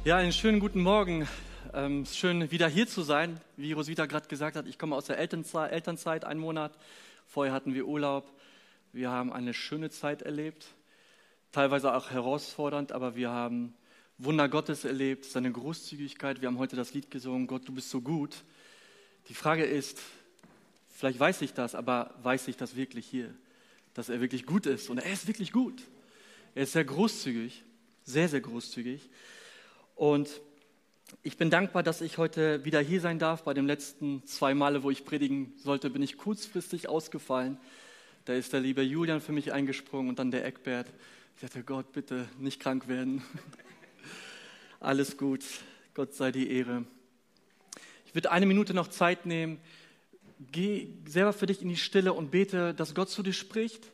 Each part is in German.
Ja, einen schönen guten Morgen. Schön wieder hier zu sein. Wie Roswitha gerade gesagt hat, ich komme aus der Elternzeit, einen Monat. Vorher hatten wir Urlaub. Wir haben eine schöne Zeit erlebt, teilweise auch herausfordernd, aber wir haben Wunder Gottes erlebt, seine Großzügigkeit. Wir haben heute das Lied gesungen, Gott, du bist so gut. Die Frage ist, vielleicht weiß ich das, aber weiß ich das wirklich hier, dass er wirklich gut ist? Und er ist wirklich gut. Er ist sehr großzügig, sehr, sehr großzügig. Und ich bin dankbar, dass ich heute wieder hier sein darf. Bei den letzten 2 Male, wo ich predigen sollte, bin ich kurzfristig ausgefallen. Da ist der liebe Julian für mich eingesprungen und dann der Eckbert. Ich dachte, Gott, bitte nicht krank werden. Alles gut, Gott sei die Ehre. Ich würde 1 Minute noch Zeit nehmen. Geh selber für dich in die Stille und bete, dass Gott zu dir spricht.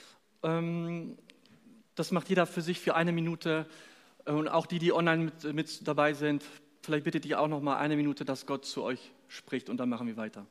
Das macht jeder für sich für 1 Minute. Und auch die online mit dabei sind, vielleicht bittet ihr auch noch mal 1 Minute, dass Gott zu euch spricht und dann machen wir weiter.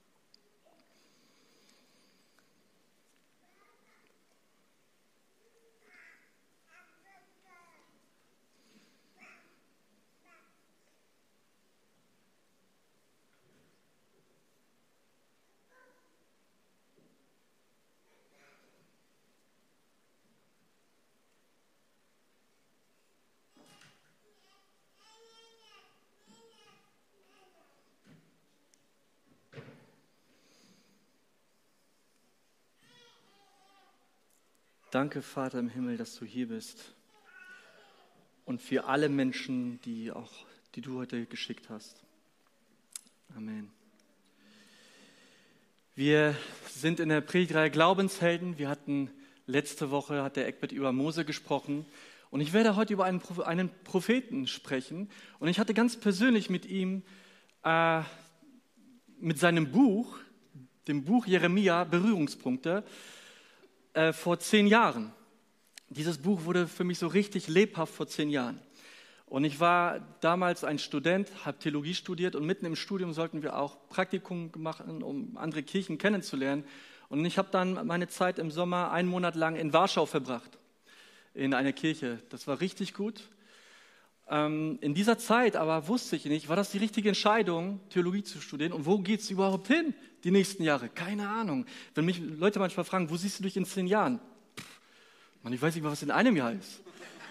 Danke, Vater im Himmel, dass du hier bist und für alle Menschen, die du heute geschickt hast. Amen. Wir sind in der Predigtreihe Glaubenshelden. Wir hatten letzte Woche, hat der Eckbert über Mose gesprochen und ich werde heute über einen Propheten sprechen. Und ich hatte ganz persönlich mit ihm, mit seinem Buch, dem Buch Jeremia, Berührungspunkte. Vor 10 Jahren. Dieses Buch wurde für mich so richtig lebhaft vor 10 Jahren. Und ich war damals ein Student, habe Theologie studiert und mitten im Studium sollten wir auch Praktikum machen, um andere Kirchen kennenzulernen. Und ich habe dann meine Zeit im Sommer 1 Monat lang in Warschau verbracht, in einer Kirche. Das war richtig gut. In dieser Zeit aber wusste ich nicht, war das die richtige Entscheidung, Theologie zu studieren und wo geht es überhaupt hin die nächsten Jahre? Keine Ahnung. Wenn mich Leute manchmal fragen, wo siehst du dich in 10 Jahren? Man, ich weiß nicht mal, was in einem Jahr ist.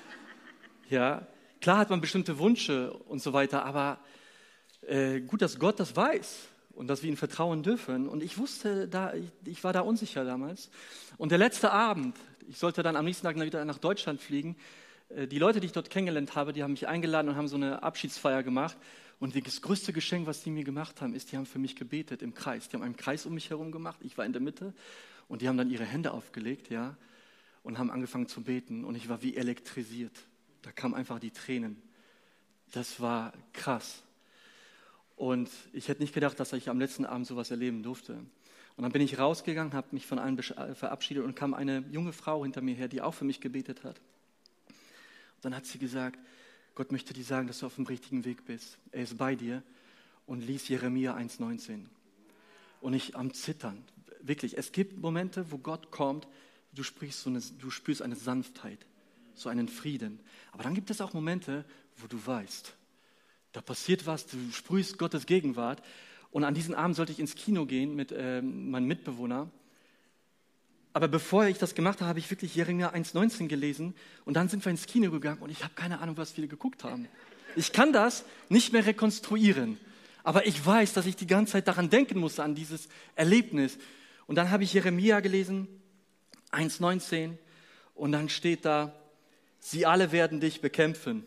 Ja, klar hat man bestimmte Wünsche und so weiter, aber gut, dass Gott das weiß und dass wir ihm vertrauen dürfen. Und ich wusste, ich war da unsicher damals. Und der letzte Abend, ich sollte dann am nächsten Tag wieder nach Deutschland fliegen. Die Leute, die ich dort kennengelernt habe, die haben mich eingeladen und haben so eine Abschiedsfeier gemacht. Und das größte Geschenk, was die mir gemacht haben, ist, die haben für mich gebetet im Kreis. Die haben einen Kreis um mich herum gemacht, ich war in der Mitte. Und die haben dann ihre Hände aufgelegt, ja, und haben angefangen zu beten. Und ich war wie elektrisiert. Da kamen einfach die Tränen. Das war krass. Und ich hätte nicht gedacht, dass ich am letzten Abend sowas erleben durfte. Und dann bin ich rausgegangen, habe mich von allen verabschiedet und kam eine junge Frau hinter mir her, die auch für mich gebetet hat. Dann hat sie gesagt, Gott möchte dir sagen, dass du auf dem richtigen Weg bist. Er ist bei dir und lies Jeremia 1,19. Und ich am Zittern, wirklich, es gibt Momente, wo Gott kommt, du spürst eine Sanftheit, so einen Frieden. Aber dann gibt es auch Momente, wo du weißt, da passiert was, du spürst Gottes Gegenwart. Und an diesem Abend sollte ich ins Kino gehen mit meinem Mitbewohner. Aber bevor ich das gemacht habe, habe ich wirklich Jeremia 1,19 gelesen und dann sind wir ins Kino gegangen und ich habe keine Ahnung, was wir geguckt haben. Ich kann das nicht mehr rekonstruieren, aber ich weiß, dass ich die ganze Zeit daran denken musste, an dieses Erlebnis. Und dann habe ich Jeremia gelesen, 1,19 und dann steht da, sie alle werden dich bekämpfen.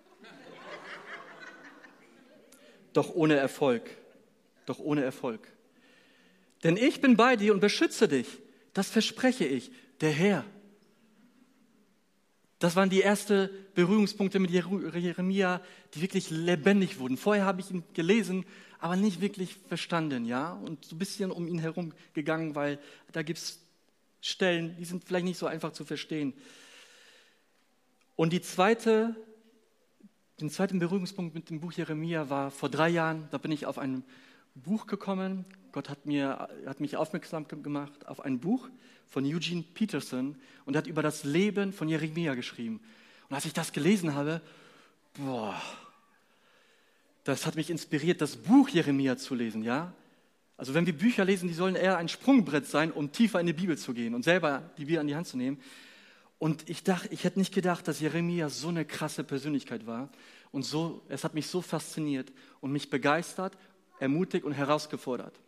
Doch ohne Erfolg. Doch ohne Erfolg. Denn ich bin bei dir und beschütze dich. Das verspreche ich, der Herr. Das waren die ersten Berührungspunkte mit Jeremia, die wirklich lebendig wurden. Vorher habe ich ihn gelesen, aber nicht wirklich verstanden, ja, und so ein bisschen um ihn herum gegangen, weil da gibt es Stellen, die sind vielleicht nicht so einfach zu verstehen. Und den zweiten Berührungspunkt mit dem Buch Jeremia war vor 3 Jahren, da bin ich auf ein Buch gekommen. Gott hat mich aufmerksam gemacht auf ein Buch von Eugene Peterson und er hat über das Leben von Jeremia geschrieben. Und als ich das gelesen habe, boah, das hat mich inspiriert, das Buch Jeremia zu lesen, ja? Also wenn wir Bücher lesen, die sollen eher ein Sprungbrett sein, um tiefer in die Bibel zu gehen und selber die Bibel an die Hand zu nehmen. Und ich hätte nicht gedacht, dass Jeremia so eine krasse Persönlichkeit war. Und so, es hat mich so fasziniert und mich begeistert, ermutigt und herausgefordert.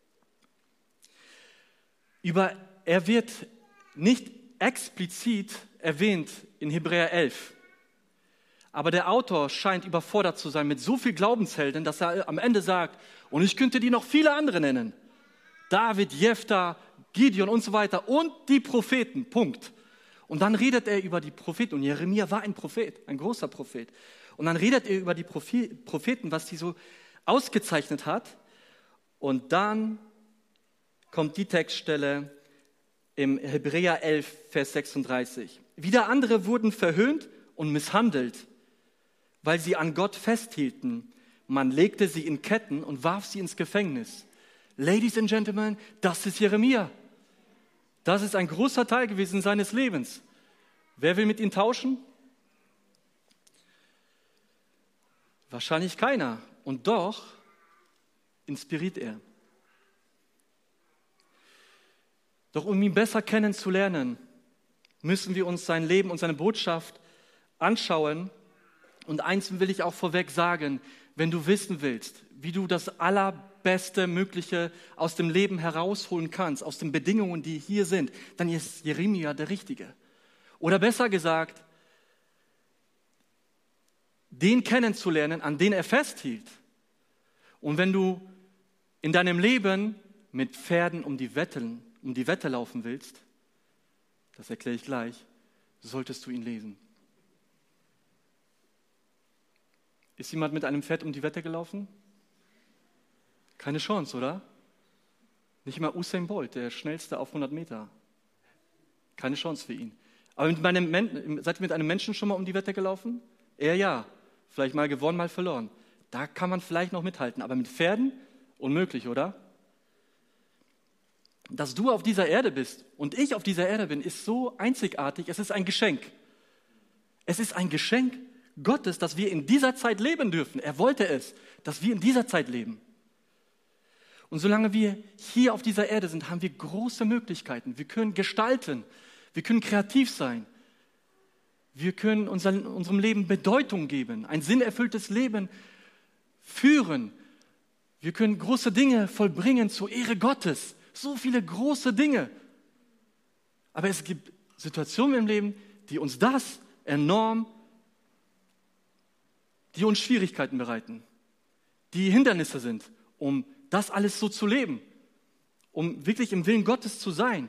Er wird nicht explizit erwähnt in Hebräer 11. Aber der Autor scheint überfordert zu sein mit so viel Glaubenshelden, dass er am Ende sagt, und ich könnte dir noch viele andere nennen. David, Jephtha, Gideon und so weiter und die Propheten, Punkt. Und dann redet er über die Propheten und Jeremia war ein Prophet, ein großer Prophet. Und dann redet er über die Propheten, was die so ausgezeichnet hat. Und dann kommt die Textstelle im Hebräer 11, Vers 36. Wieder andere wurden verhöhnt und misshandelt, weil sie an Gott festhielten. Man legte sie in Ketten und warf sie ins Gefängnis. Ladies and Gentlemen, das ist Jeremia. Das ist ein großer Teil gewesen seines Lebens. Wer will mit ihm tauschen? Wahrscheinlich keiner. Und doch inspiriert er. Doch um ihn besser kennenzulernen, müssen wir uns sein Leben und seine Botschaft anschauen. Und eins will ich auch vorweg sagen, wenn du wissen willst, wie du das allerbeste Mögliche aus dem Leben herausholen kannst, aus den Bedingungen, die hier sind, dann ist Jeremia der Richtige. Oder besser gesagt, den kennenzulernen, an den er festhielt. Und wenn du in deinem Leben mit Pferden um die Wette laufen willst, das erkläre ich gleich, solltest du ihn lesen. Ist jemand mit einem Pferd um die Wette gelaufen? Keine Chance, oder? Nicht mal Usain Bolt, der schnellste auf 100 Meter. Keine Chance für ihn. Aber seid ihr mit einem Menschen schon mal um die Wette gelaufen? Er ja. Vielleicht mal gewonnen, mal verloren. Da kann man vielleicht noch mithalten. Aber mit Pferden? Unmöglich, oder? Dass du auf dieser Erde bist und ich auf dieser Erde bin, ist so einzigartig. Es ist ein Geschenk. Es ist ein Geschenk Gottes, dass wir in dieser Zeit leben dürfen. Er wollte es, dass wir in dieser Zeit leben. Und solange wir hier auf dieser Erde sind, haben wir große Möglichkeiten. Wir können gestalten, wir können kreativ sein. Wir können unserem Leben Bedeutung geben, ein sinnerfülltes Leben führen. Wir können große Dinge vollbringen zur Ehre Gottes. So viele große Dinge. Aber es gibt Situationen im Leben, die uns das enorm, die uns Schwierigkeiten bereiten, die Hindernisse sind, um das alles so zu leben, um wirklich im Willen Gottes zu sein.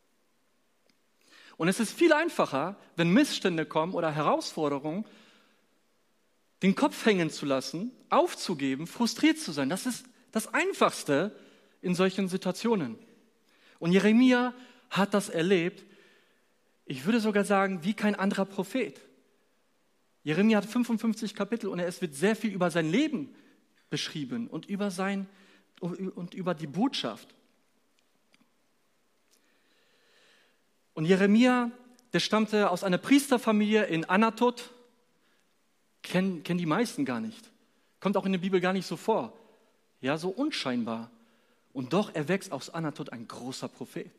Und es ist viel einfacher, wenn Missstände kommen oder Herausforderungen, den Kopf hängen zu lassen, aufzugeben, frustriert zu sein. Das ist das Einfachste in solchen Situationen. Und Jeremia hat das erlebt, ich würde sogar sagen, wie kein anderer Prophet. Jeremia hat 55 Kapitel und es wird sehr viel über sein Leben beschrieben und über die Botschaft. Und Jeremia, der stammte aus einer Priesterfamilie in Anatot, kennen die meisten gar nicht. Kommt auch in der Bibel gar nicht so vor. Ja, so unscheinbar. Und doch erwächst aus Anatot ein großer Prophet.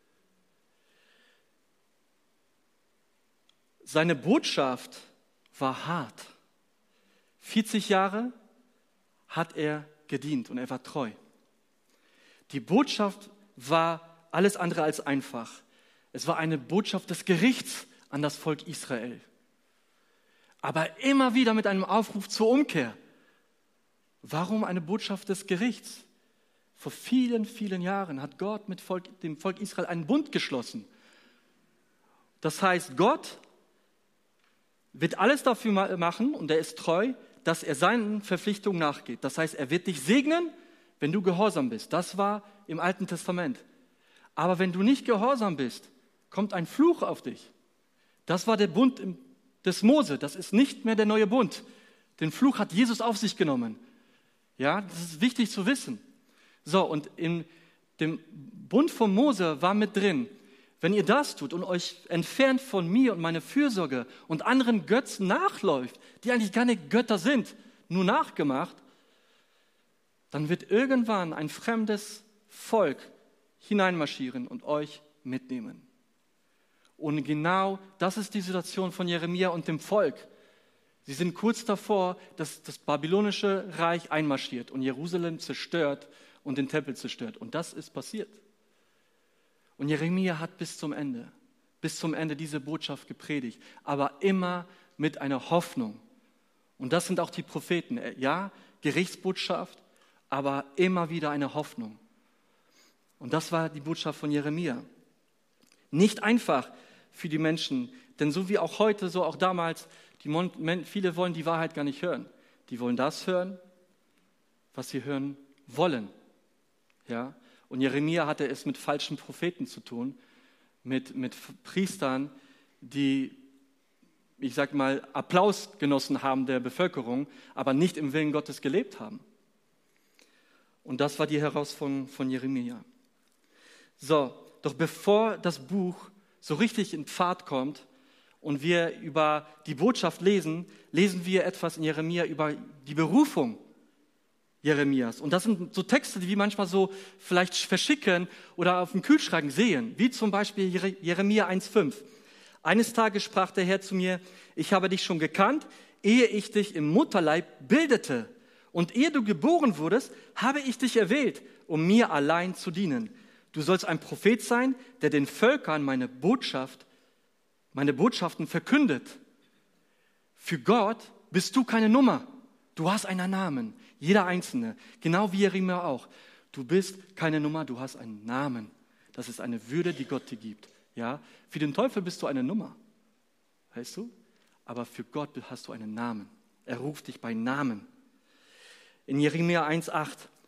Seine Botschaft war hart. 40 Jahre hat er gedient und er war treu. Die Botschaft war alles andere als einfach. Es war eine Botschaft des Gerichts an das Volk Israel. Aber immer wieder mit einem Aufruf zur Umkehr. Warum eine Botschaft des Gerichts? Vor vielen, vielen Jahren hat Gott mit dem Volk Israel einen Bund geschlossen. Das heißt, Gott wird alles dafür machen, und er ist treu, dass er seinen Verpflichtungen nachgeht. Das heißt, er wird dich segnen, wenn du gehorsam bist. Das war im Alten Testament. Aber wenn du nicht gehorsam bist, kommt ein Fluch auf dich. Das war der Bund des Mose. Das ist nicht mehr der neue Bund. Den Fluch hat Jesus auf sich genommen. Ja, das ist wichtig zu wissen. So, und in dem Bund von Mose war mit drin, Wenn ihr das tut und euch entfernt von mir und meiner Fürsorge und anderen Götzen nachläuft, die eigentlich keine Götter sind, nur nachgemacht, dann wird irgendwann ein fremdes Volk hineinmarschieren und euch mitnehmen. Und genau das ist die Situation von Jeremia und dem Volk. Sie sind kurz davor, dass das babylonische Reich einmarschiert und Jerusalem zerstört und den Tempel zerstört. Und das ist passiert. Und Jeremia hat bis zum Ende diese Botschaft gepredigt, aber immer mit einer Hoffnung. Und das sind auch die Propheten. Ja, Gerichtsbotschaft, aber immer wieder eine Hoffnung. Und das war die Botschaft von Jeremia. Nicht einfach für die Menschen, denn so wie auch heute, so auch damals, viele wollen die Wahrheit gar nicht hören. Die wollen das hören, was sie hören wollen. Ja? Und Jeremia hatte es mit falschen Propheten zu tun, mit Priestern, die, ich sag mal, Applaus genossen haben der Bevölkerung, aber nicht im Willen Gottes gelebt haben. Und das war die Herausforderung von Jeremia. So, doch bevor das Buch so richtig in Fahrt kommt und wir über die Botschaft lesen wir etwas in Jeremia über die Berufung Jeremias. Und das sind so Texte, die wir manchmal so vielleicht verschicken oder auf dem Kühlschrank sehen, wie zum Beispiel Jeremia 1,5. Eines Tages sprach der Herr zu mir, ich habe dich schon gekannt, ehe ich dich im Mutterleib bildete. Und ehe du geboren wurdest, habe ich dich erwählt, um mir allein zu dienen. Du sollst ein Prophet sein, der den Völkern meine Botschaften verkündet. Für Gott bist du keine Nummer. Du hast einen Namen. Jeder Einzelne. Genau wie Jeremia auch. Du bist keine Nummer, du hast einen Namen. Das ist eine Würde, die Gott dir gibt. Ja? Für den Teufel bist du eine Nummer. Weißt du? Aber für Gott hast du einen Namen. Er ruft dich bei Namen. In Jeremia 1,8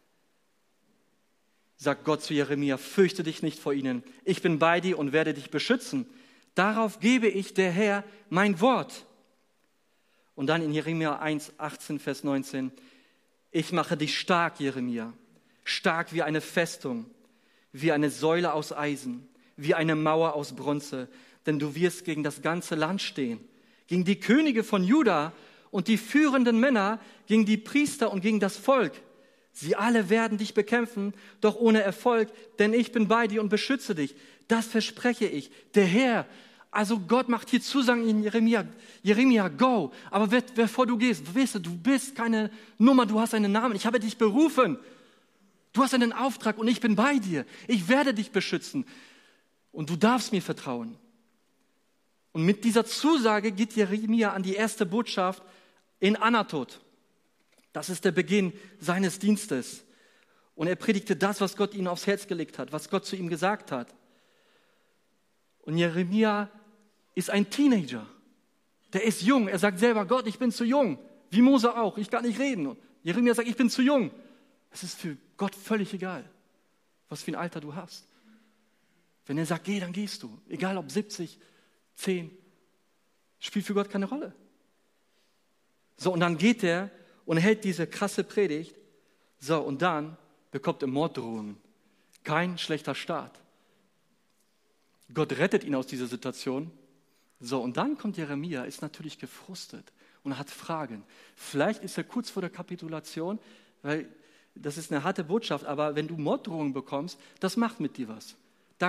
sagt Gott zu Jeremia, fürchte dich nicht vor ihnen. Ich bin bei dir und werde dich beschützen. Darauf gebe ich, der Herr, mein Wort. Und dann in Jeremia 1,18, Vers 19, ich mache dich stark, Jeremia, stark wie eine Festung, wie eine Säule aus Eisen, wie eine Mauer aus Bronze, denn du wirst gegen das ganze Land stehen, gegen die Könige von Juda und die führenden Männer, gegen die Priester und gegen das Volk. Sie alle werden dich bekämpfen, doch ohne Erfolg, denn ich bin bei dir und beschütze dich. Das verspreche ich. Der Herr, also Gott macht hier Zusagen in Jeremia, go. Aber bevor du gehst, weißt du bist keine Nummer, du hast einen Namen. Ich habe dich berufen. Du hast einen Auftrag und ich bin bei dir. Ich werde dich beschützen und du darfst mir vertrauen. Und mit dieser Zusage geht Jeremia an die erste Botschaft in Anatot. Das ist der Beginn seines Dienstes. Und er predigte das, was Gott ihm aufs Herz gelegt hat, was Gott zu ihm gesagt hat. Und Jeremia ist ein Teenager. Der ist jung. Er sagt selber, Gott, ich bin zu jung. Wie Mose auch, ich kann nicht reden. Und Jeremia sagt, ich bin zu jung. Es ist für Gott völlig egal, was für ein Alter du hast. Wenn er sagt, geh, dann gehst du. Egal ob 70, 10, spielt für Gott keine Rolle. So, und dann geht er und hält diese krasse Predigt. So, und dann bekommt er Morddrohungen. Kein schlechter Start. Gott rettet ihn aus dieser Situation. So, und dann kommt Jeremia, ist natürlich gefrustet und hat Fragen. Vielleicht ist er kurz vor der Kapitulation, weil das ist eine harte Botschaft, aber wenn du Morddrohungen bekommst, das macht mit dir was.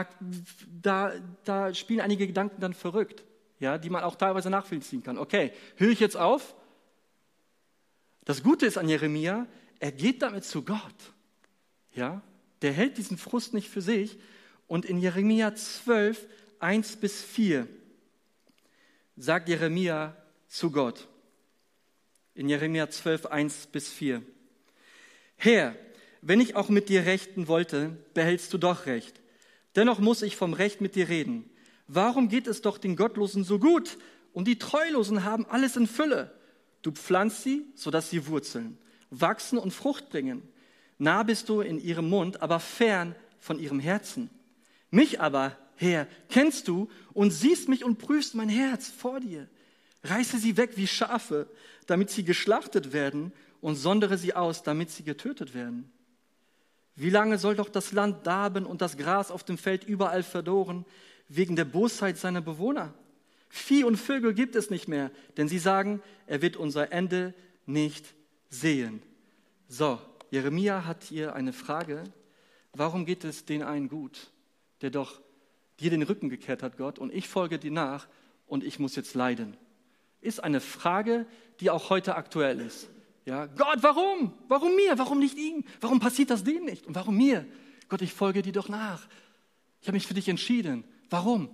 Da spielen einige Gedanken dann verrückt, ja, die man auch teilweise nachvollziehen kann. Okay, höre ich jetzt auf? Das Gute ist an Jeremia, er geht damit zu Gott. Ja, der hält diesen Frust nicht für sich. Und in Jeremia 12, 1-4 sagt Jeremia zu Gott. In Jeremia 12, 1-4. Herr, wenn ich auch mit dir rechten wollte, behältst du doch Recht. Dennoch muss ich vom Recht mit dir reden. Warum geht es doch den Gottlosen so gut und die Treulosen haben alles in Fülle? Du pflanzt sie, sodass sie wurzeln, wachsen und Frucht bringen. Nah bist du in ihrem Mund, aber fern von ihrem Herzen. Mich aber, Herr, kennst du und siehst mich und prüfst mein Herz vor dir. Reiße sie weg wie Schafe, damit sie geschlachtet werden und sondere sie aus, damit sie getötet werden. Wie lange soll doch das Land darben und das Gras auf dem Feld überall verdorren? wegen der Bosheit seiner Bewohner. Vieh und Vögel gibt es nicht mehr, denn sie sagen, er wird unser Ende nicht sehen. So, Jeremia hat hier eine Frage. Warum geht es den einen gut, der doch dir den Rücken gekehrt hat, Gott, und ich folge dir nach und ich muss jetzt leiden? Ist eine Frage, die auch heute aktuell ist. Ja, Gott, warum? Warum mir? Warum nicht ihm? Warum passiert das dem nicht? Und warum mir? Gott, ich folge dir doch nach. Ich habe mich für dich entschieden. Warum?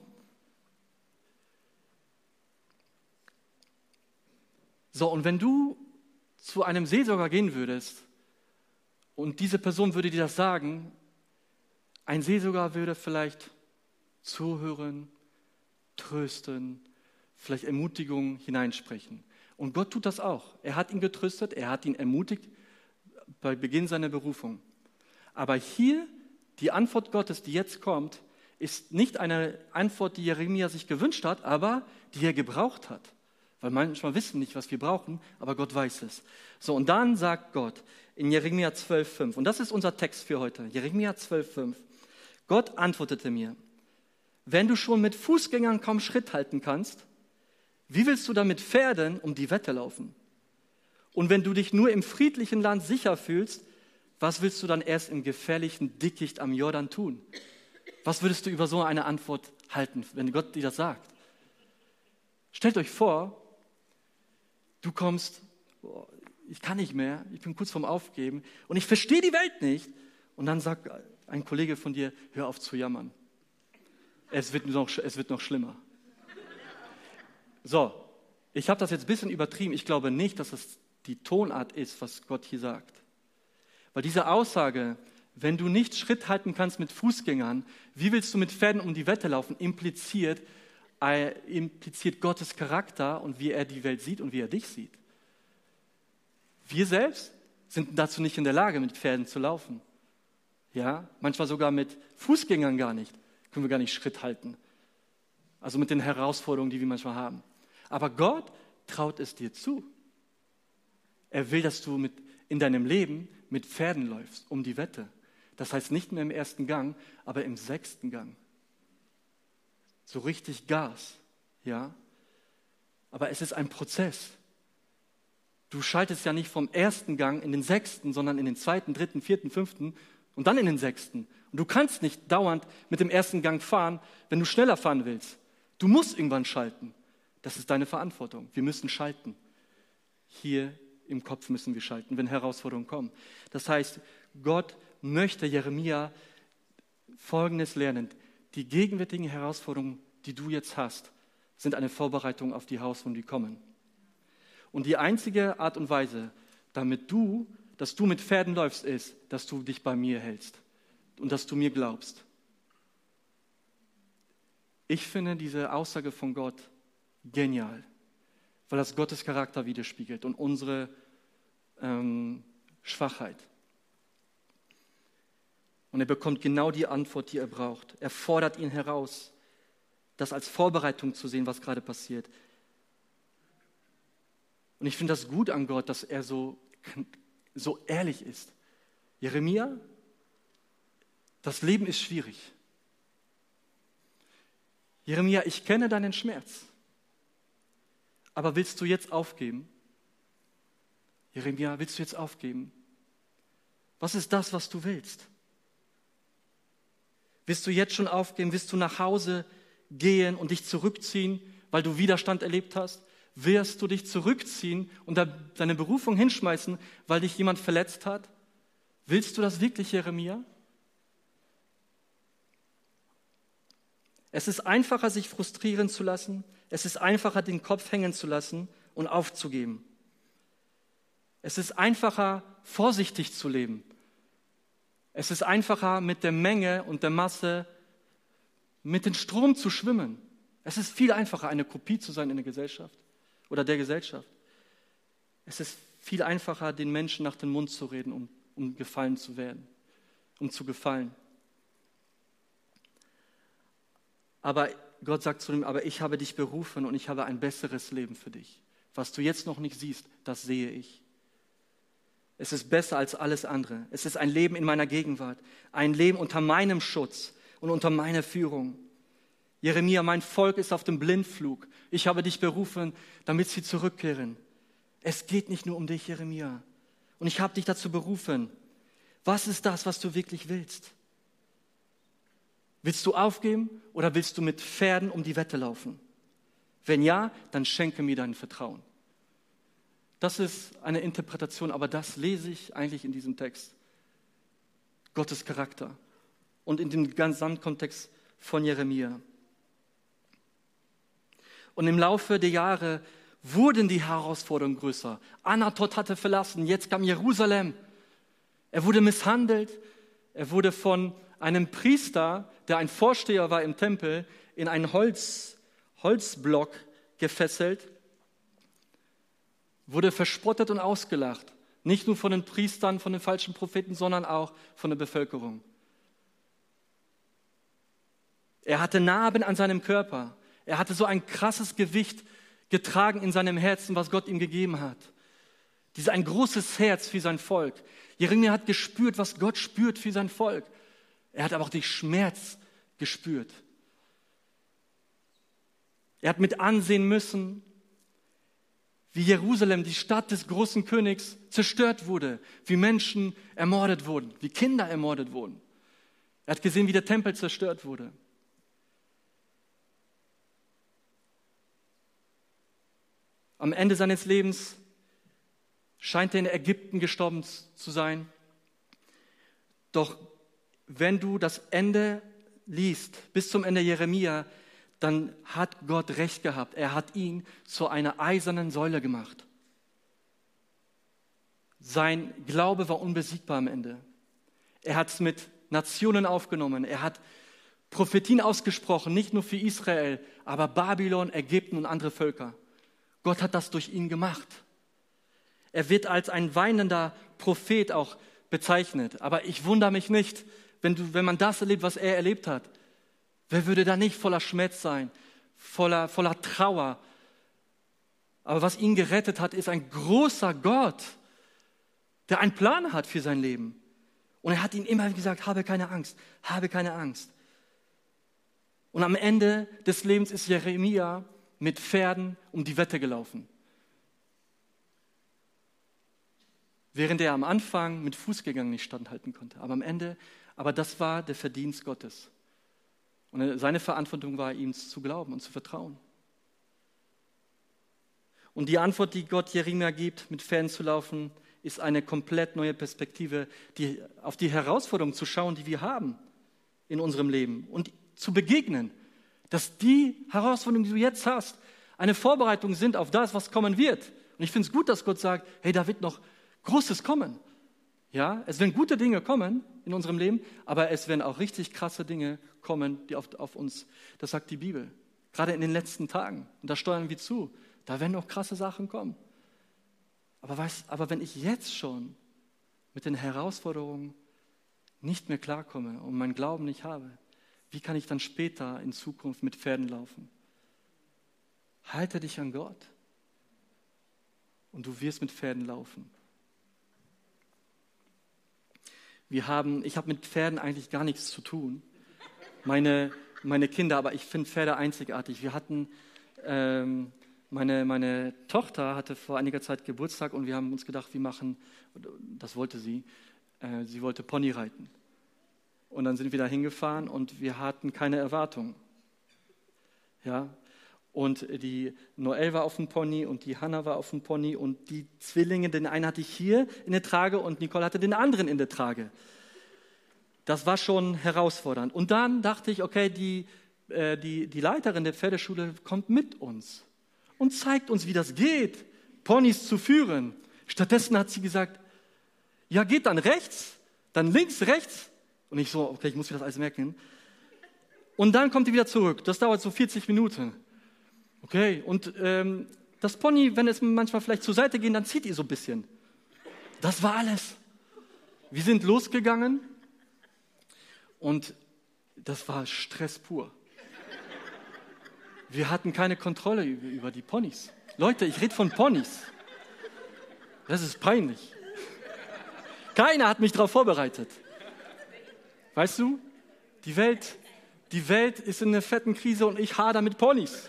So, und wenn du zu einem Seelsorger gehen würdest und diese Person würde dir das sagen, ein Seelsorger würde vielleicht zuhören, trösten, vielleicht Ermutigung hineinsprechen. Und Gott tut das auch. Er hat ihn getröstet, er hat ihn ermutigt bei Beginn seiner Berufung. Aber hier, die Antwort Gottes, die jetzt kommt, ist nicht eine Antwort, die Jeremia sich gewünscht hat, aber die er gebraucht hat. Weil manchmal wissen wir nicht, was wir brauchen, aber Gott weiß es. So, und dann sagt Gott in Jeremia 12,5, und das ist unser Text für heute, Jeremia 12,5, Gott antwortete mir, wenn du schon mit Fußgängern kaum Schritt halten kannst, wie willst du dann mit Pferden um die Wette laufen? Und wenn du dich nur im friedlichen Land sicher fühlst, was willst du dann erst im gefährlichen Dickicht am Jordan tun? Was würdest du über so eine Antwort halten, wenn Gott dir das sagt? Stellt euch vor, du kommst, ich kann nicht mehr, ich bin kurz vorm Aufgeben und ich verstehe die Welt nicht. Und dann sagt ein Kollege von dir, hör auf zu jammern. Es wird noch schlimmer. So, ich habe das jetzt ein bisschen übertrieben. Ich glaube nicht, dass es die Tonart ist, was Gott hier sagt. Weil diese Aussage, wenn du nicht Schritt halten kannst mit Fußgängern, wie willst du mit Pferden um die Wette laufen, impliziert Gottes Charakter und wie er die Welt sieht und wie er dich sieht. Wir selbst sind dazu nicht in der Lage, mit Pferden zu laufen. Ja, manchmal sogar mit Fußgängern gar nicht. Können wir gar nicht Schritt halten. Also mit den Herausforderungen, die wir manchmal haben. Aber Gott traut es dir zu. Er will, dass du in deinem Leben mit Pferden läufst, um die Wette. Das heißt nicht mehr im ersten Gang, aber im 6. Gang. So richtig Gas, ja. Aber es ist ein Prozess. Du schaltest ja nicht vom 1. Gang in den 6., sondern in den 2., 3., 4., 5. und dann in den 6. Und du kannst nicht dauernd mit dem 1. Gang fahren, wenn du schneller fahren willst. Du musst irgendwann schalten. Das ist deine Verantwortung. Wir müssen schalten. Hier im Kopf müssen wir schalten, wenn Herausforderungen kommen. Das heißt, Gott möchte Jeremia Folgendes lernen. Die gegenwärtigen Herausforderungen, die du jetzt hast, sind eine Vorbereitung auf die Herausforderungen, die kommen. Und die einzige Art und Weise, dass du mit Pferden läufst, ist, dass du dich bei mir hältst und dass du mir glaubst. Ich finde diese Aussage von Gott genial, weil das Gottes Charakter widerspiegelt und unsere Schwachheit. Und er bekommt genau die Antwort, die er braucht. Er fordert ihn heraus, das als Vorbereitung zu sehen, was gerade passiert. Und ich finde das gut an Gott, dass er so ehrlich ist. Jeremia, das Leben ist schwierig. Jeremia, ich kenne deinen Schmerz. Aber willst du jetzt aufgeben? Jeremia, willst du jetzt aufgeben? Was ist das, was du willst? Willst du jetzt schon aufgeben? Willst du nach Hause gehen und dich zurückziehen, weil du Widerstand erlebt hast? Wirst du dich zurückziehen und deine Berufung hinschmeißen, weil dich jemand verletzt hat? Willst du das wirklich, Jeremia? Es ist einfacher, sich frustrieren zu lassen. Es ist einfacher, den Kopf hängen zu lassen und aufzugeben. Es ist einfacher, vorsichtig zu leben. Es ist einfacher, mit der Menge und der Masse, mit dem Strom zu schwimmen. Es ist viel einfacher, eine Kopie zu sein in der Gesellschaft oder der Gesellschaft. Es ist viel einfacher, den Menschen nach dem Mund zu reden, um gefallen zu werden, um zu gefallen. Aber Gott sagt zu ihm, aber ich habe dich berufen und ich habe ein besseres Leben für dich. Was du jetzt noch nicht siehst, das sehe ich. Es ist besser als alles andere. Es ist ein Leben in meiner Gegenwart, ein Leben unter meinem Schutz und unter meiner Führung. Jeremia, mein Volk ist auf dem Blindflug. Ich habe dich berufen, damit sie zurückkehren. Es geht nicht nur um dich, Jeremia. Und ich habe dich dazu berufen. Was ist das, was du wirklich willst? Willst du aufgeben oder willst du mit Pferden um die Wette laufen? Wenn ja, dann schenke mir dein Vertrauen. Das ist eine Interpretation, aber das lese ich eigentlich in diesem Text. Gottes Charakter und in dem Gesamtkontext von Jeremia. Und im Laufe der Jahre wurden die Herausforderungen größer. Anatot hatte verlassen, jetzt kam Jerusalem. Er wurde misshandelt, er wurde von einem Priester, der ein Vorsteher war im Tempel, in einen Holzblock gefesselt, wurde verspottet und ausgelacht. Nicht nur von den Priestern, von den falschen Propheten, sondern auch von der Bevölkerung. Er hatte Narben an seinem Körper. Er hatte so ein krasses Gewicht getragen in seinem Herzen, was Gott ihm gegeben hat. Ein großes Herz für sein Volk. Jeremia hat gespürt, was Gott spürt für sein Volk. Er hat aber auch den Schmerz gespürt. Er hat mit ansehen müssen, wie Jerusalem, die Stadt des großen Königs, zerstört wurde, wie Menschen ermordet wurden, wie Kinder ermordet wurden. Er hat gesehen, wie der Tempel zerstört wurde. Am Ende seines Lebens scheint er in Ägypten gestorben zu sein. Doch wenn du das Ende liest, bis zum Ende Jeremia, dann hat Gott recht gehabt. Er hat ihn zu einer eisernen Säule gemacht. Sein Glaube war unbesiegbar am Ende. Er hat es mit Nationen aufgenommen. Er hat Prophetien ausgesprochen, nicht nur für Israel, aber Babylon, Ägypten und andere Völker. Gott hat das durch ihn gemacht. Er wird als ein weinender Prophet auch bezeichnet. Aber ich wundere mich nicht, wenn man das erlebt, was er erlebt hat. Wer würde da nicht voller Schmerz sein, voller Trauer? Aber was ihn gerettet hat, ist ein großer Gott, der einen Plan hat für sein Leben. Und er hat ihm immer gesagt, habe keine Angst, habe keine Angst. Und am Ende des Lebens ist Jeremia mit Pferden um die Wette gelaufen. Während er am Anfang mit Fußgängern nicht standhalten konnte. Aber das war der Verdienst Gottes. Und seine Verantwortung war, ihm zu glauben und zu vertrauen. Und die Antwort, die Gott Jeremia gibt, mit Pferden zu laufen, ist eine komplett neue Perspektive, auf die Herausforderungen zu schauen, die wir haben in unserem Leben und zu begegnen. Dass die Herausforderungen, die du jetzt hast, eine Vorbereitung sind auf das, was kommen wird. Und ich finde es gut, dass Gott sagt, hey, da wird noch Großes kommen. Ja, es werden gute Dinge kommen in unserem Leben, aber es werden auch richtig krasse Dinge kommen, die auf uns, das sagt die Bibel, gerade in den letzten Tagen. Und da steuern wir zu. Da werden noch krasse Sachen kommen. Aber wenn ich jetzt schon mit den Herausforderungen nicht mehr klarkomme und meinen Glauben nicht habe, wie kann ich dann später in Zukunft mit Pferden laufen? Halte dich an Gott und du wirst mit Pferden laufen. Ich habe mit Pferden eigentlich gar nichts zu tun. Meine Kinder, aber ich finde Pferde einzigartig. Wir hatten, meine Tochter hatte vor einiger Zeit Geburtstag und wir haben uns gedacht, das wollte sie wollte Pony reiten. Und dann sind wir da hingefahren und wir hatten keine Erwartung. Ja, und die Noelle war auf dem Pony und die Hannah war auf dem Pony und die Zwillinge, den einen hatte ich hier in der Trage und Nicole hatte den anderen in der Trage. Das war schon herausfordernd. Und dann dachte ich, okay, die Leiterin der Pferdeschule kommt mit uns und zeigt uns, wie das geht, Ponys zu führen. Stattdessen hat sie gesagt, ja, geht dann rechts, dann links, rechts. Und ich so, okay, ich muss mir das alles merken. Und dann kommt die wieder zurück. Das dauert so 40 Minuten. Okay, und das Pony, wenn es manchmal vielleicht zur Seite geht, dann zieht ihr so ein bisschen. Das war alles. Wir sind losgegangen und das war Stress pur. Wir hatten keine Kontrolle über die Ponys. Leute, ich rede von Ponys. Das ist peinlich. Keiner hat mich darauf vorbereitet. Weißt du, die Welt die Welt ist in einer fetten Krise und ich hader mit Ponys.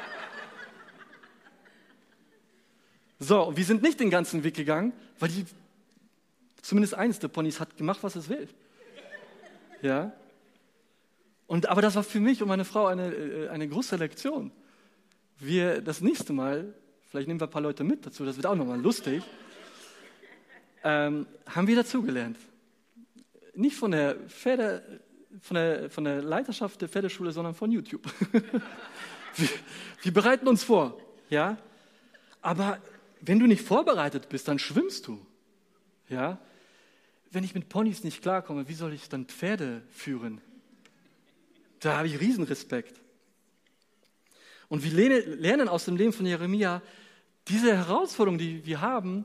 So, wir sind nicht den ganzen Weg gegangen, weil zumindest eines der Ponys hat gemacht, was es will. Ja? Aber das war für mich und meine Frau eine große Lektion. Wir das nächste Mal, vielleicht nehmen wir ein paar Leute mit dazu, das wird auch nochmal lustig, haben wir dazugelernt. Nicht von der Leiterschaft der Pferdeschule, sondern von YouTube. Wir bereiten uns vor, ja? Aber wenn du nicht vorbereitet bist, dann schwimmst du, ja? Wenn ich mit Ponys nicht klarkomme, wie soll ich dann Pferde führen? Da habe ich Riesenrespekt. Und wir lernen aus dem Leben von Jeremia, diese Herausforderung, die wir haben,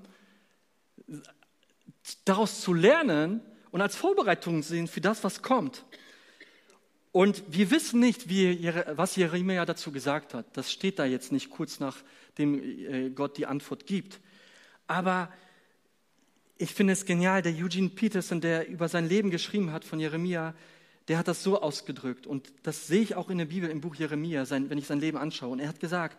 daraus zu lernen und als Vorbereitung sehen für das, was kommt. Und wir wissen nicht, was Jeremia dazu gesagt hat. Das steht da jetzt nicht kurz nachdem Gott die Antwort gibt. Aber ich finde es genial, der Eugene Peterson, der über sein Leben geschrieben hat von Jeremia, der hat das so ausgedrückt. Und das sehe ich auch in der Bibel, im Buch Jeremia, wenn ich sein Leben anschaue. Und er hat gesagt,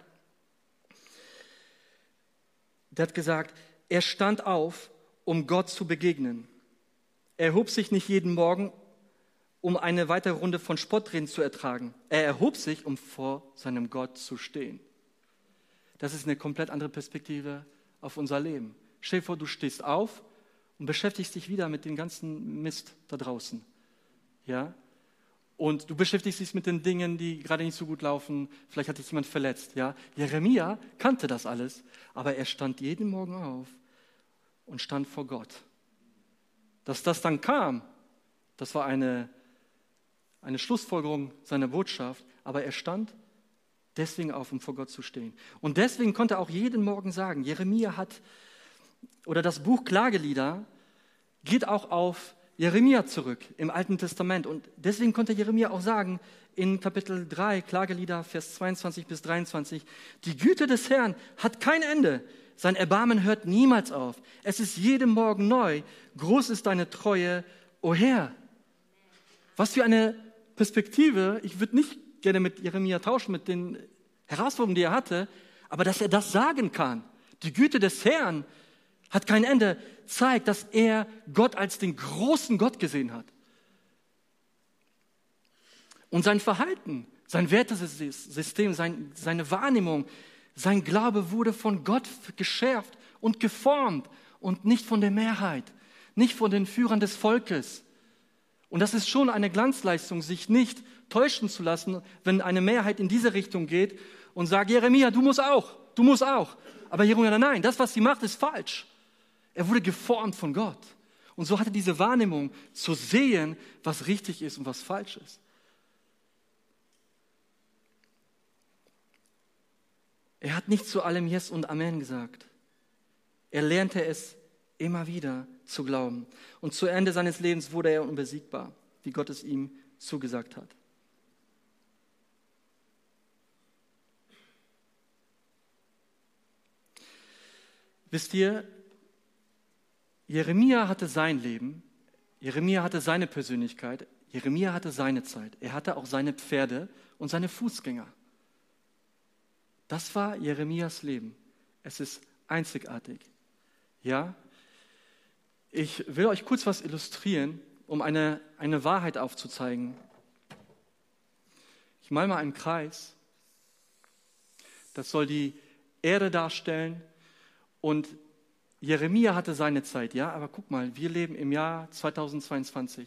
er stand auf, um Gott zu begegnen. Er erhob sich nicht jeden Morgen, um eine weitere Runde von Spottreden zu ertragen. Er erhob sich, um vor seinem Gott zu stehen. Das ist eine komplett andere Perspektive auf unser Leben. Stell dir vor, du stehst auf und beschäftigst dich wieder mit dem ganzen Mist da draußen. Ja? Und du beschäftigst dich mit den Dingen, die gerade nicht so gut laufen. Vielleicht hat dich jemand verletzt. Ja? Jeremia kannte das alles, aber er stand jeden Morgen auf und stand vor Gott. Dass das dann kam, das war eine Schlussfolgerung seiner Botschaft, aber er stand deswegen auf, um vor Gott zu stehen. Und deswegen konnte er auch jeden Morgen sagen, das Buch Klagelieder geht auch auf Jeremia zurück im Alten Testament. Und deswegen konnte Jeremia auch sagen, in Kapitel 3, Klagelieder, Vers 22 bis 23, die Güte des Herrn hat kein Ende, sein Erbarmen hört niemals auf. Es ist jeden Morgen neu, groß ist deine Treue, o Herr. Was für eine Perspektive, ich würde nicht gerne mit Jeremia tauschen, mit den Herausforderungen, die er hatte, aber dass er das sagen kann, die Güte des Herrn hat kein Ende, zeigt, dass er Gott als den großen Gott gesehen hat. Und sein Verhalten, sein Wertesystem, seine Wahrnehmung, sein Glaube wurde von Gott geschärft und geformt und nicht von der Mehrheit, nicht von den Führern des Volkes. Und das ist schon eine Glanzleistung, sich nicht täuschen zu lassen, wenn eine Mehrheit in diese Richtung geht und sagt, Jeremia, du musst auch. Aber Jeremia, nein, das, was sie macht, ist falsch. Er wurde geformt von Gott. Und so hatte er diese Wahrnehmung zu sehen, was richtig ist und was falsch ist. Er hat nicht zu allem Yes und Amen gesagt. Er lernte es immer wieder zu glauben. Und zu Ende seines Lebens wurde er unbesiegbar, wie Gott es ihm zugesagt hat. Wisst ihr, Jeremia hatte sein Leben, Jeremia hatte seine Persönlichkeit, Jeremia hatte seine Zeit, er hatte auch seine Pferde und seine Fußgänger. Das war Jeremias Leben. Es ist einzigartig. Ja? Ich will euch kurz was illustrieren, um eine Wahrheit aufzuzeigen. Ich male mal einen Kreis. Das soll die Erde darstellen. Und Jeremia hatte seine Zeit, ja, aber guck mal, wir leben im Jahr 2022.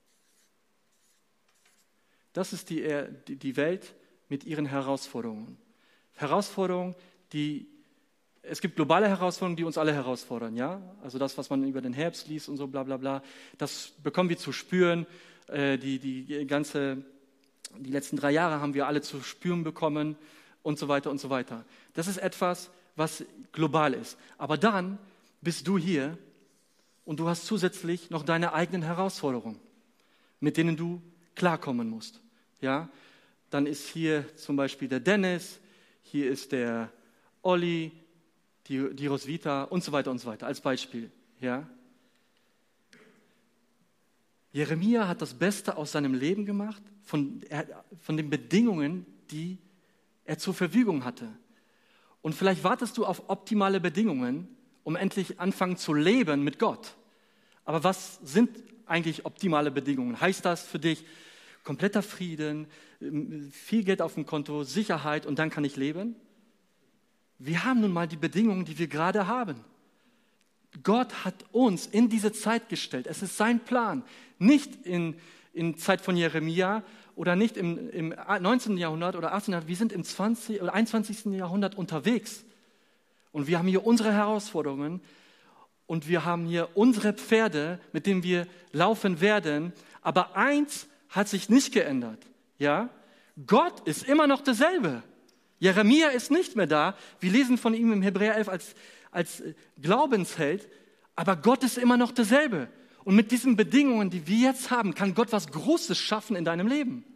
Das ist die Welt mit ihren Herausforderungen. Herausforderungen, es gibt globale Herausforderungen, die uns alle herausfordern, ja. Also das, was man über den Herbst liest und so, bla bla bla, das bekommen wir zu spüren. Die letzten 3 Jahre haben wir alle zu spüren bekommen und so weiter und so weiter. Das ist etwas, was global ist. Aber dann bist du hier und du hast zusätzlich noch deine eigenen Herausforderungen, mit denen du klarkommen musst. Ja? Dann ist hier zum Beispiel der Dennis, hier ist der Olli, die Roswitha und so weiter als Beispiel. Ja? Jeremia hat das Beste aus seinem Leben gemacht, von den Bedingungen, die er zur Verfügung hatte. Und vielleicht wartest du auf optimale Bedingungen, um endlich anfangen zu leben mit Gott. Aber was sind eigentlich optimale Bedingungen? Heißt das für dich kompletter Frieden, viel Geld auf dem Konto, Sicherheit und dann kann ich leben? Wir haben nun mal die Bedingungen, die wir gerade haben. Gott hat uns in diese Zeit gestellt. Es ist sein Plan. Nicht in Zeit von Jeremia oder nicht im 19. Jahrhundert oder 18. Jahrhundert. Wir sind im 20. oder 21. Jahrhundert unterwegs. Und wir haben hier unsere Herausforderungen und wir haben hier unsere Pferde, mit denen wir laufen werden. Aber eins hat sich nicht geändert. Ja? Gott ist immer noch derselbe. Jeremia ist nicht mehr da. Wir lesen von ihm im Hebräer 11 als Glaubensheld. Aber Gott ist immer noch derselbe. Und mit diesen Bedingungen, die wir jetzt haben, kann Gott was Großes schaffen in deinem Leben.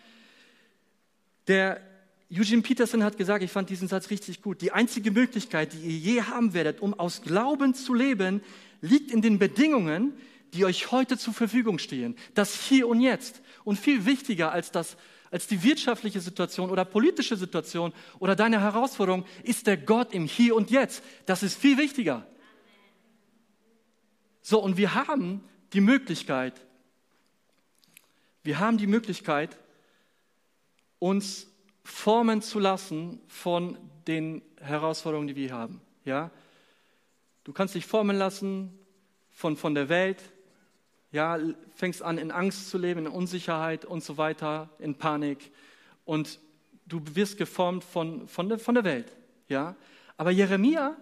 Der Eugene Peterson hat gesagt, ich fand diesen Satz richtig gut, die einzige Möglichkeit, die ihr je haben werdet, um aus Glauben zu leben, liegt in den Bedingungen, die euch heute zur Verfügung stehen. Das Hier und Jetzt. Und viel wichtiger als die wirtschaftliche Situation oder politische Situation oder deine Herausforderung ist der Gott im Hier und Jetzt. Das ist viel wichtiger. So, und wir haben die Möglichkeit, uns formen zu lassen von den Herausforderungen, die wir haben. Ja? Du kannst dich formen lassen von der Welt, ja, fängst an, in Angst zu leben, in Unsicherheit und so weiter, in Panik. Und du wirst geformt von der Welt. Ja? Aber Jeremia,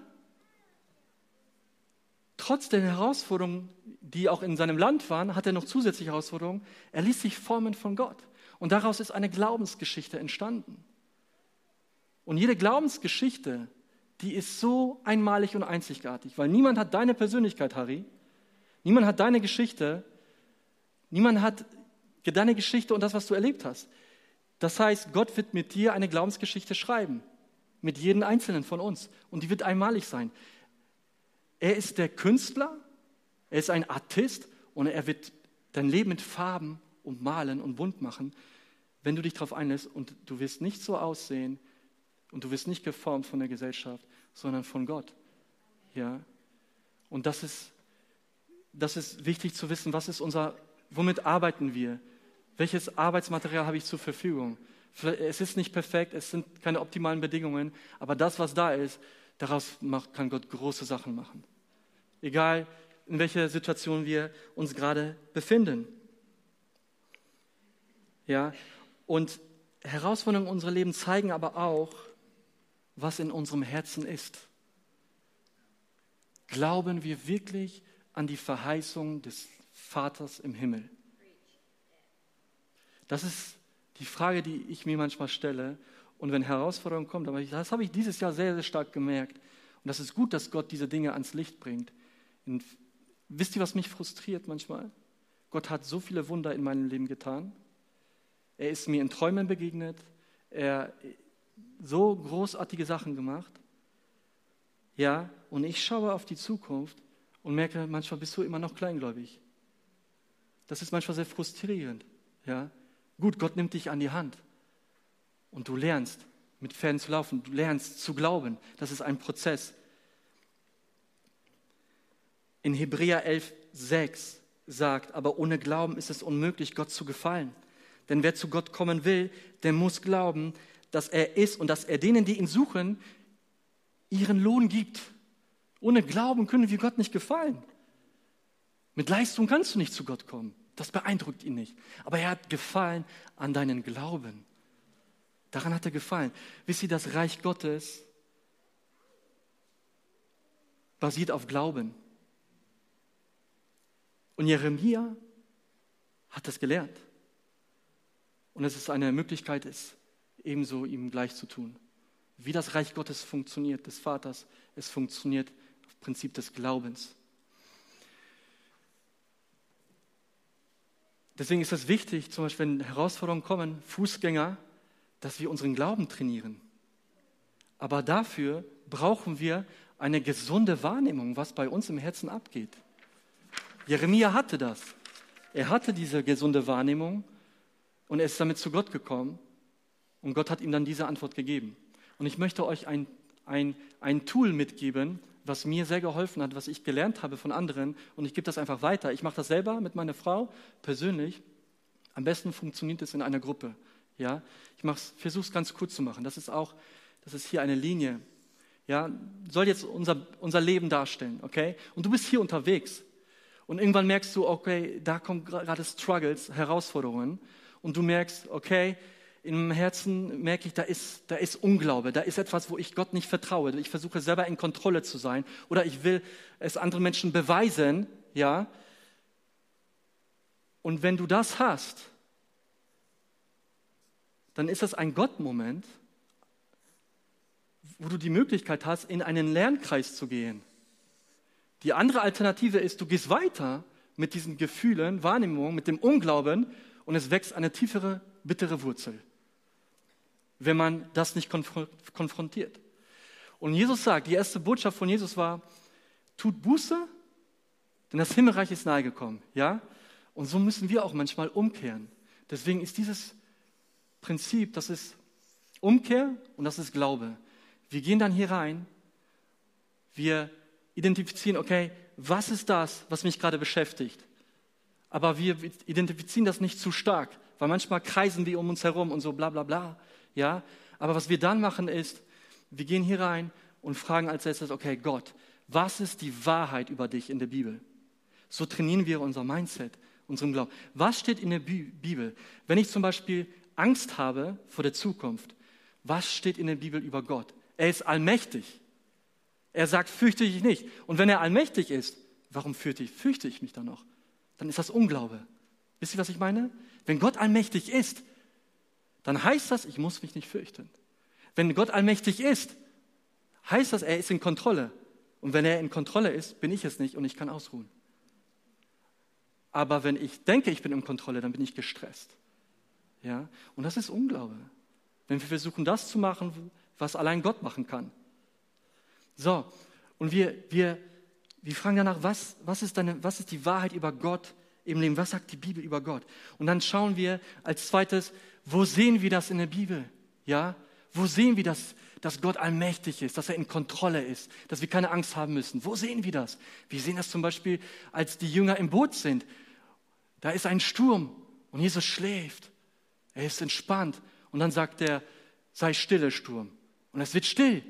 trotz der Herausforderungen, die auch in seinem Land waren, hat er noch zusätzliche Herausforderungen. Er ließ sich formen von Gott. Und daraus ist eine Glaubensgeschichte entstanden. Und jede Glaubensgeschichte, die ist so einmalig und einzigartig, weil niemand hat deine Persönlichkeit, Harry. Niemand hat deine Geschichte. Niemand hat deine Geschichte und das, was du erlebt hast. Das heißt, Gott wird mit dir eine Glaubensgeschichte schreiben. Mit jedem Einzelnen von uns. Und die wird einmalig sein. Er ist der Künstler, er ist ein Artist und er wird dein Leben mit Farben ummalen und bunt machen, wenn du dich darauf einlässt und du wirst nicht so aussehen und du wirst nicht geformt von der Gesellschaft, sondern von Gott. Ja? Und das ist wichtig zu wissen, womit arbeiten wir? Welches Arbeitsmaterial habe ich zur Verfügung? Es ist nicht perfekt, es sind keine optimalen Bedingungen, aber das, was da ist, daraus kann Gott große Sachen machen. Egal, in welcher Situation wir uns gerade befinden. Ja, und Herausforderungen in unserem Leben zeigen aber auch, was in unserem Herzen ist. Glauben wir wirklich an die Verheißung des Vaters im Himmel? Das ist die Frage, die ich mir manchmal stelle. Und wenn Herausforderungen kommen, aber das habe ich dieses Jahr sehr, sehr stark gemerkt. Und das ist gut, dass Gott diese Dinge ans Licht bringt. Und wisst ihr, was mich frustriert manchmal? Gott hat so viele Wunder in meinem Leben getan. Er ist mir in Träumen begegnet. Er hat so großartige Sachen gemacht. Ja, und ich schaue auf die Zukunft und merke, manchmal bist du immer noch kleingläubig. Das ist manchmal sehr frustrierend. Ja? Gut, Gott nimmt dich an die Hand. Und du lernst, mit Pferden zu laufen. Du lernst zu glauben. Das ist ein Prozess. In Hebräer 11,6 sagt, aber ohne Glauben ist es unmöglich, Gott zu gefallen. Denn wer zu Gott kommen will, der muss glauben, dass er ist und dass er denen, die ihn suchen, ihren Lohn gibt. Ohne Glauben können wir Gott nicht gefallen. Mit Leistung kannst du nicht zu Gott kommen. Das beeindruckt ihn nicht. Aber er hat Gefallen an deinen Glauben. Daran hat er gefallen. Wisst ihr, das Reich Gottes basiert auf Glauben. Und Jeremia hat das gelernt. Und es ist eine Möglichkeit, es ebenso ihm gleich zu tun. Wie das Reich Gottes funktioniert, des Vaters, es funktioniert auf Prinzip des Glaubens. Deswegen ist es wichtig, zum Beispiel, wenn Herausforderungen kommen, Fußgänger, dass wir unseren Glauben trainieren. Aber dafür brauchen wir eine gesunde Wahrnehmung, was bei uns im Herzen abgeht. Jeremia hatte das. er hatte diese gesunde Wahrnehmung und er ist damit zu Gott gekommen und Gott hat ihm dann diese Antwort gegeben. Und ich möchte euch ein Tool mitgeben, was mir sehr geholfen hat, was ich gelernt habe von anderen und ich gebe das einfach weiter. Ich mache das selber mit meiner Frau persönlich. Am besten funktioniert es in einer Gruppe. Ja? Ich versuche es ganz kurz zu machen. Das ist hier eine Linie. Ja? Soll jetzt unser Leben darstellen. Okay? Und du bist hier unterwegs. Und irgendwann merkst du, okay, da kommen gerade Struggles, Herausforderungen. Und du merkst, okay, im Herzen merke ich, da ist Unglaube, da ist etwas, wo ich Gott nicht vertraue. Ich versuche selber in Kontrolle zu sein oder ich will es anderen Menschen beweisen, ja. Und wenn du das hast, dann ist das ein Gott-Moment, wo du die Möglichkeit hast, in einen Lernkreis zu gehen. Die andere Alternative ist, du gehst weiter mit diesen Gefühlen, Wahrnehmungen, mit dem Unglauben und es wächst eine tiefere, bittere Wurzel, wenn man das nicht konfrontiert. Und Jesus sagt, die erste Botschaft von Jesus war, tut Buße, denn das Himmelreich ist nahe gekommen. Ja? Und so müssen wir auch manchmal umkehren. Deswegen ist dieses Prinzip, das ist Umkehr und das ist Glaube. Wir gehen dann hier rein, wir identifizieren, okay, was ist das, was mich gerade beschäftigt? Aber wir identifizieren das nicht zu stark, weil manchmal kreisen wir um uns herum und so bla bla bla. Ja? Aber was wir dann machen ist, wir gehen hier rein und fragen als erstes, okay, Gott, was ist die Wahrheit über dich in der Bibel? So trainieren wir unser Mindset, unseren Glauben. Was steht in der Bibel? Wenn ich zum Beispiel Angst habe vor der Zukunft, was steht in der Bibel über Gott? Er ist allmächtig. Er sagt, fürchte dich nicht. Und wenn er allmächtig ist, warum fürchte ich mich dann noch? Dann ist das Unglaube. Wisst ihr, was ich meine? Wenn Gott allmächtig ist, dann heißt das, ich muss mich nicht fürchten. Wenn Gott allmächtig ist, heißt das, er ist in Kontrolle. Und wenn er in Kontrolle ist, bin ich es nicht und ich kann ausruhen. Aber wenn ich denke, ich bin in Kontrolle, dann bin ich gestresst. Ja? Und das ist Unglaube. Wenn wir versuchen, das zu machen, was allein Gott machen kann. So, und wir fragen danach, was ist die Wahrheit über Gott im Leben? Was sagt die Bibel über Gott? Und dann schauen wir als zweites, wo sehen wir das in der Bibel? Ja? Wo sehen wir das, dass Gott allmächtig ist, dass er in Kontrolle ist, dass wir keine Angst haben müssen? Wo sehen wir das? Wir sehen das zum Beispiel, als die Jünger im Boot sind. Da ist ein Sturm und Jesus schläft. Er ist entspannt. Und dann sagt er, sei stille, Sturm. Und es wird still.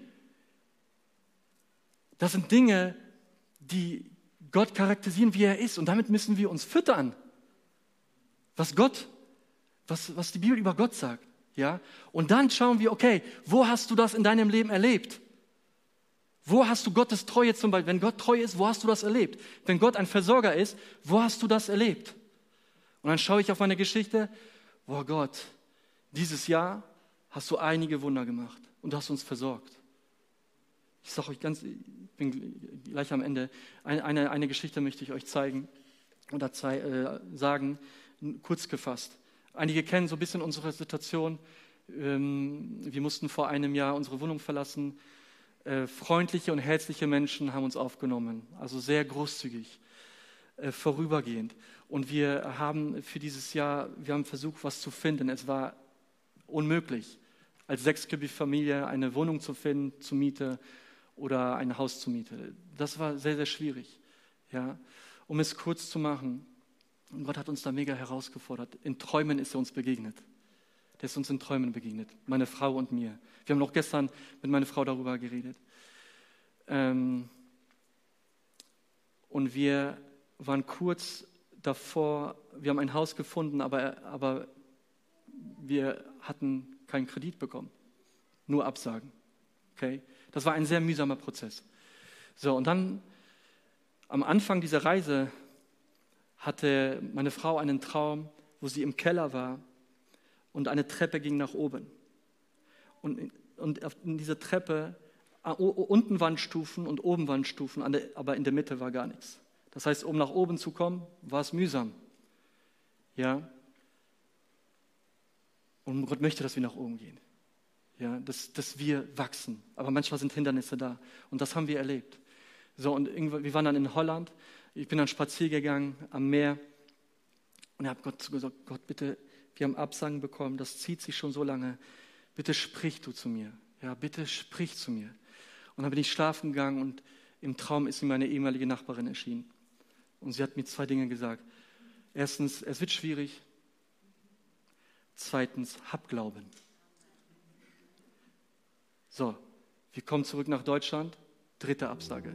Das sind Dinge, die Gott charakterisieren, wie er ist. Und damit müssen wir uns füttern. Was die Bibel über Gott sagt. Ja? Und dann schauen wir, okay, wo hast du das in deinem Leben erlebt? Wo hast du Gottes Treue zum Beispiel? Wenn Gott treu ist, wo hast du das erlebt? Wenn Gott ein Versorger ist, wo hast du das erlebt? Und dann schaue ich auf meine Geschichte, boah Gott, dieses Jahr hast du einige Wunder gemacht und du hast uns versorgt. Ich sage euch ich bin gleich am Ende, eine Geschichte möchte ich euch zeigen oder sagen, kurz gefasst. Einige kennen so ein bisschen unsere Situation. Wir mussten vor einem Jahr unsere Wohnung verlassen. Freundliche und herzliche Menschen haben uns aufgenommen, also sehr großzügig, vorübergehend. Und wir haben für dieses Jahr, versucht, was zu finden. Es war unmöglich, als sechsköpfige Familie eine Wohnung zu finden, zur Miete oder ein Haus zur Miete. Das war sehr, sehr schwierig. Ja? Um es kurz zu machen, Gott hat uns da mega herausgefordert. In Träumen ist er uns begegnet. Der ist uns in Träumen begegnet, meine Frau und mir. Wir haben noch gestern mit meiner Frau darüber geredet. Und wir waren kurz davor, wir haben ein Haus gefunden, aber wir hatten keinen Kredit bekommen. Nur Absagen. Okay? Das war ein sehr mühsamer Prozess. So, und dann am Anfang dieser Reise hatte meine Frau einen Traum, wo sie im Keller war und eine Treppe ging nach oben. Und in dieser Treppe, unten waren Stufen und oben waren Stufen, aber in der Mitte war gar nichts. Das heißt, um nach oben zu kommen, war es mühsam. Ja? Und Gott möchte, dass wir nach oben gehen. Ja? Dass wir wachsen. Aber manchmal sind Hindernisse da. Und das haben wir erlebt. So, und wir waren dann in Holland. Ich bin dann spazieren gegangen am Meer. Und ich habe Gott gesagt, Gott, bitte, wir haben Absagen bekommen, das zieht sich schon so lange. Bitte sprich du zu mir. Ja, bitte sprich zu mir. Und dann bin ich schlafen gegangen und im Traum ist mir meine ehemalige Nachbarin erschienen. Und sie hat mir 2 Dinge gesagt. Erstens, es wird schwierig. Zweitens, hab Glauben. So, wir kommen zurück nach Deutschland. 3. Absage.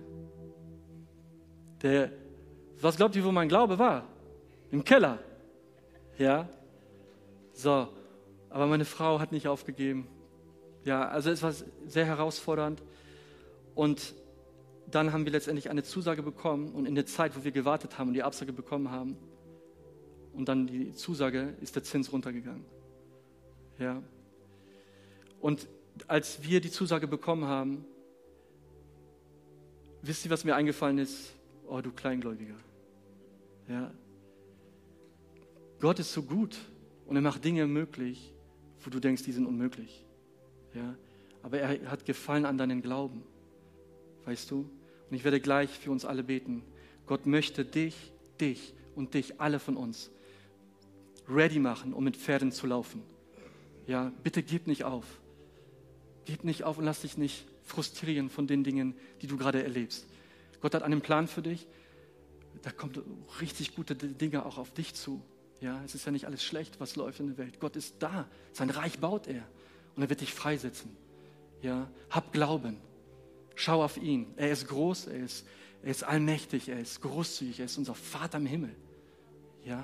Was glaubt ihr, wo mein Glaube war? Im Keller. Ja. So, aber meine Frau hat nicht aufgegeben. Ja, also es war sehr herausfordernd. Und dann haben wir letztendlich eine Zusage bekommen. Und in der Zeit, wo wir gewartet haben und die Absage bekommen haben, und dann die Zusage, ist der Zins runtergegangen. Ja. Und als wir die Zusage bekommen haben, wisst ihr, was mir eingefallen ist? Oh, du Kleingläubiger. Ja. Gott ist so gut und er macht Dinge möglich, wo du denkst, die sind unmöglich. Ja. Aber er hat Gefallen an deinen Glauben. Weißt du? Und ich werde gleich für uns alle beten. Gott möchte dich und dich, alle von uns, ready machen, um mit Pferden zu laufen. Ja, bitte gib nicht auf. Gib nicht auf und lass dich nicht frustrieren von den Dingen, die du gerade erlebst. Gott hat einen Plan für dich. Da kommen richtig gute Dinge auch auf dich zu. Ja, es ist ja nicht alles schlecht, was läuft in der Welt. Gott ist da. Sein Reich baut er. Und er wird dich freisetzen. Ja, hab Glauben. Schau auf ihn. Er ist groß, er ist allmächtig, er ist großzügig, er ist unser Vater im Himmel. Ja.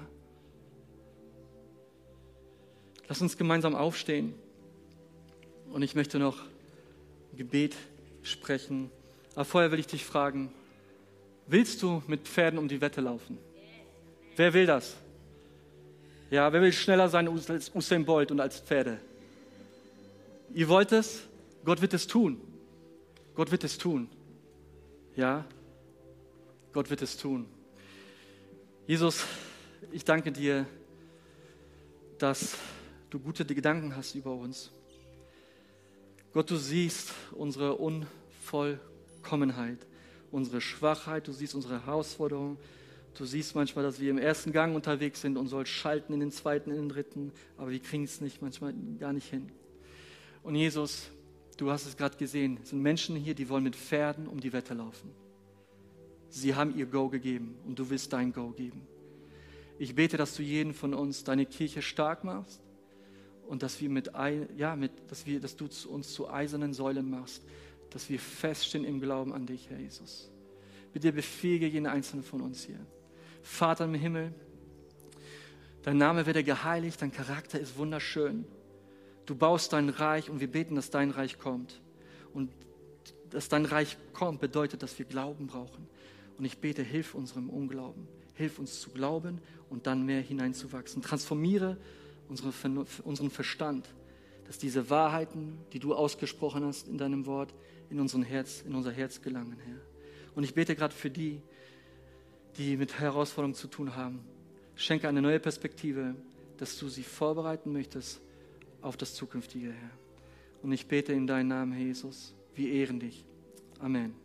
Lass uns gemeinsam aufstehen. Und ich möchte noch ein Gebet sprechen. Aber vorher will ich dich fragen, willst du mit Pferden um die Wette laufen? Wer will das? Ja, wer will schneller sein als Usain Bolt und als Pferde? Ihr wollt es? Gott wird es tun. Gott wird es tun. Ja, Gott wird es tun. Jesus, ich danke dir, dass du gute Gedanken hast über uns. Gott, du siehst unsere Unvollkommenheit, unsere Schwachheit, du siehst unsere Herausforderungen. Du siehst manchmal, dass wir im ersten Gang unterwegs sind und soll schalten in den zweiten, in den dritten, aber wir kriegen es manchmal gar nicht hin. Und Jesus, du hast es gerade gesehen, es sind Menschen hier, die wollen mit Pferden um die Wette laufen. Sie haben ihr Go gegeben und du willst dein Go geben. Ich bete, dass du jeden von uns, deine Kirche stark machst und dass dass du uns zu eisernen Säulen machst, dass wir feststehen im Glauben an dich, Herr Jesus. Bitte befähige jeden einzelnen von uns hier. Vater im Himmel, dein Name werde geheiligt, dein Charakter ist wunderschön. Du baust dein Reich und wir beten, dass dein Reich kommt. Und dass dein Reich kommt, bedeutet, dass wir Glauben brauchen. Und ich bete, hilf unserem Unglauben. Hilf uns zu glauben und dann mehr hineinzuwachsen. Transformiere unseren Verstand, dass diese Wahrheiten, die du ausgesprochen hast in deinem Wort, in unser Herz gelangen, Herr. Und ich bete gerade für die mit Herausforderungen zu tun haben. Schenke eine neue Perspektive, dass du sie vorbereiten möchtest auf das Zukünftige, Herr. Und ich bete in deinen Namen, Herr Jesus. Wir ehren dich. Amen.